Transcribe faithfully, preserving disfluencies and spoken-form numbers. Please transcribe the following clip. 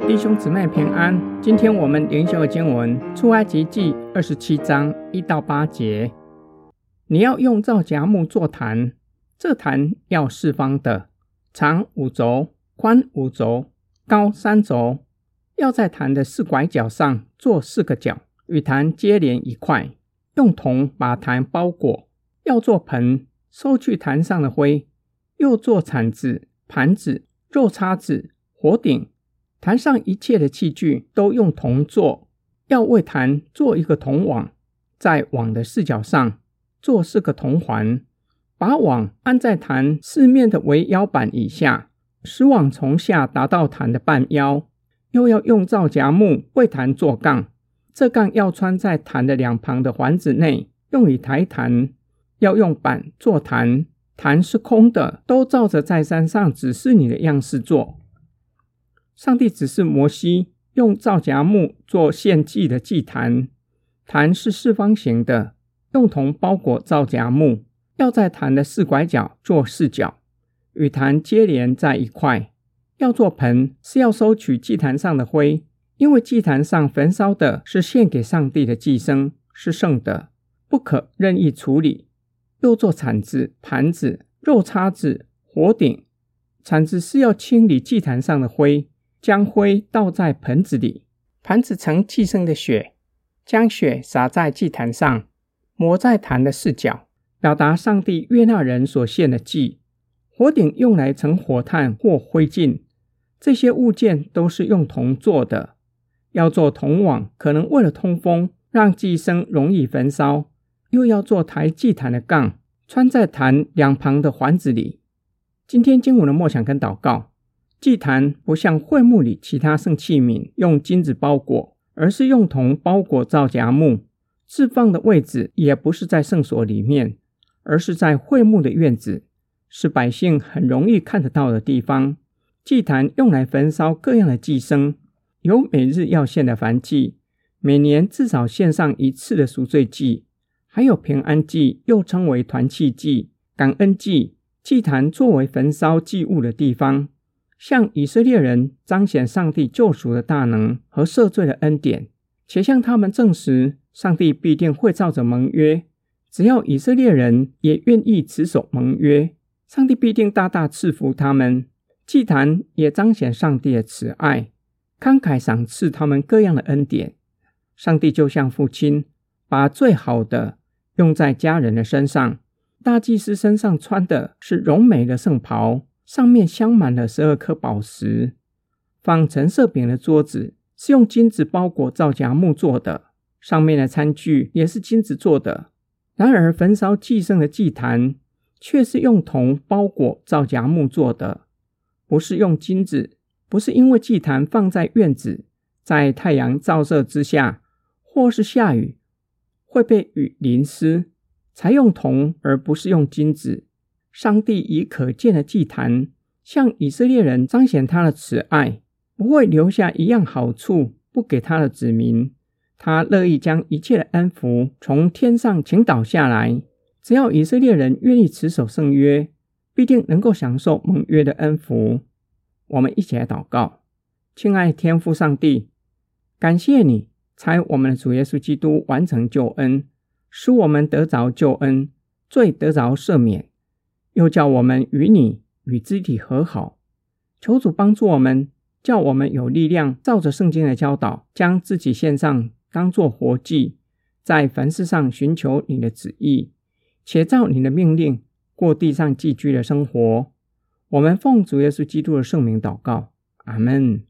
弟兄姊妹平安。今天我们灵修的经文出埃及记二十七章一到八节。你要用皂荚木做坛，这坛要四方的，长五肘，宽五肘，高三肘，要在坛的四拐角上做四个角，与坛接连一块，用铜把坛包裹。要做盆，收去坛上的灰，又做铲子、盘子、肉叉子、火鼎。坛上一切的器具都用铜做，要为坛做一个铜网，在网的四角上做四个铜环，把网安在坛四面的围腰板以下，使网从下达到坛的半腰。又要用皂荚木为坛做杠，这杠要穿在坛的两旁的环子内，用以抬坛。要用板做坛，坛是空的，都照着在山上指示你的样式做。上帝指示摩西用皂荚木做献祭的祭坛，坛是四方形的，用铜包裹皂荚木，要在坛的四拐角做四角，与坛接连在一块。要做盆，是要收取祭坛上的灰，因为祭坛上焚烧的是献给上帝的祭牲，是圣的，不可任意处理。又做铲子、盘子、肉叉子、火鼎。铲子是要清理祭坛上的灰，将灰倒在盆子里。盘子盛祭牲的血，将血洒在祭坛上，抹在坛的四角，表达上帝悦纳人所献的祭。火鼎用来盛火炭或灰烬，这些物件都是用铜做的。要做铜网，可能为了通风，让祭牲容易焚烧。又要做抬祭坛的杠，穿在坛两旁的环子里。今天经文的默想跟祷告，祭坛不像会幕里其他圣器皿用金子包裹，而是用铜包裹皂荚木。置放的位置也不是在圣所里面，而是在会幕的院子，是百姓很容易看得到的地方。祭坛用来焚烧各样的祭牲，有每日要献的燔祭，每年至少献上一次的赎罪祭，还有平安祭，又称为团契祭、感恩祭。祭坛作为焚烧祭物的地方，向以色列人彰显上帝救赎的大能和赦罪的恩典，且向他们证实上帝必定会照着盟约，只要以色列人也愿意持守盟约，上帝必定大大赐福他们。祭坛也彰显上帝的慈爱，慷慨赏赐他们各样的恩典。上帝就像父亲，把最好的用在家人的身上。大祭司身上穿的是荣美的圣袍，上面镶满了十二颗宝石。放陈设饼的桌子是用金子包裹皂荚木做的，上面的餐具也是金子做的。然而焚烧祭牲的祭坛却是用铜包裹皂荚木做的，不是用金子。不是因为祭坛放在院子，在太阳照射之下，或是下雨会被雨淋湿，才用铜而不是用金子。上帝以可见的祭坛向以色列人彰显他的慈爱，不会留下一样好处不给他的子民。他乐意将一切的恩福从天上倾倒下来，只要以色列人愿意持守圣约，必定能够享受盟约的恩福。我们一起来祷告。亲爱的天父上帝，感谢你差我们的主耶稣基督完成救恩，使我们得着救恩，罪得着赦免，又叫我们与你与肢体和好。求主帮助我们，叫我们有力量照着圣经的教导，将自己献上当作活祭，在凡事上寻求你的旨意，且照你的命令过地上寄居的生活。我们奉主耶稣基督的圣名祷告，阿们。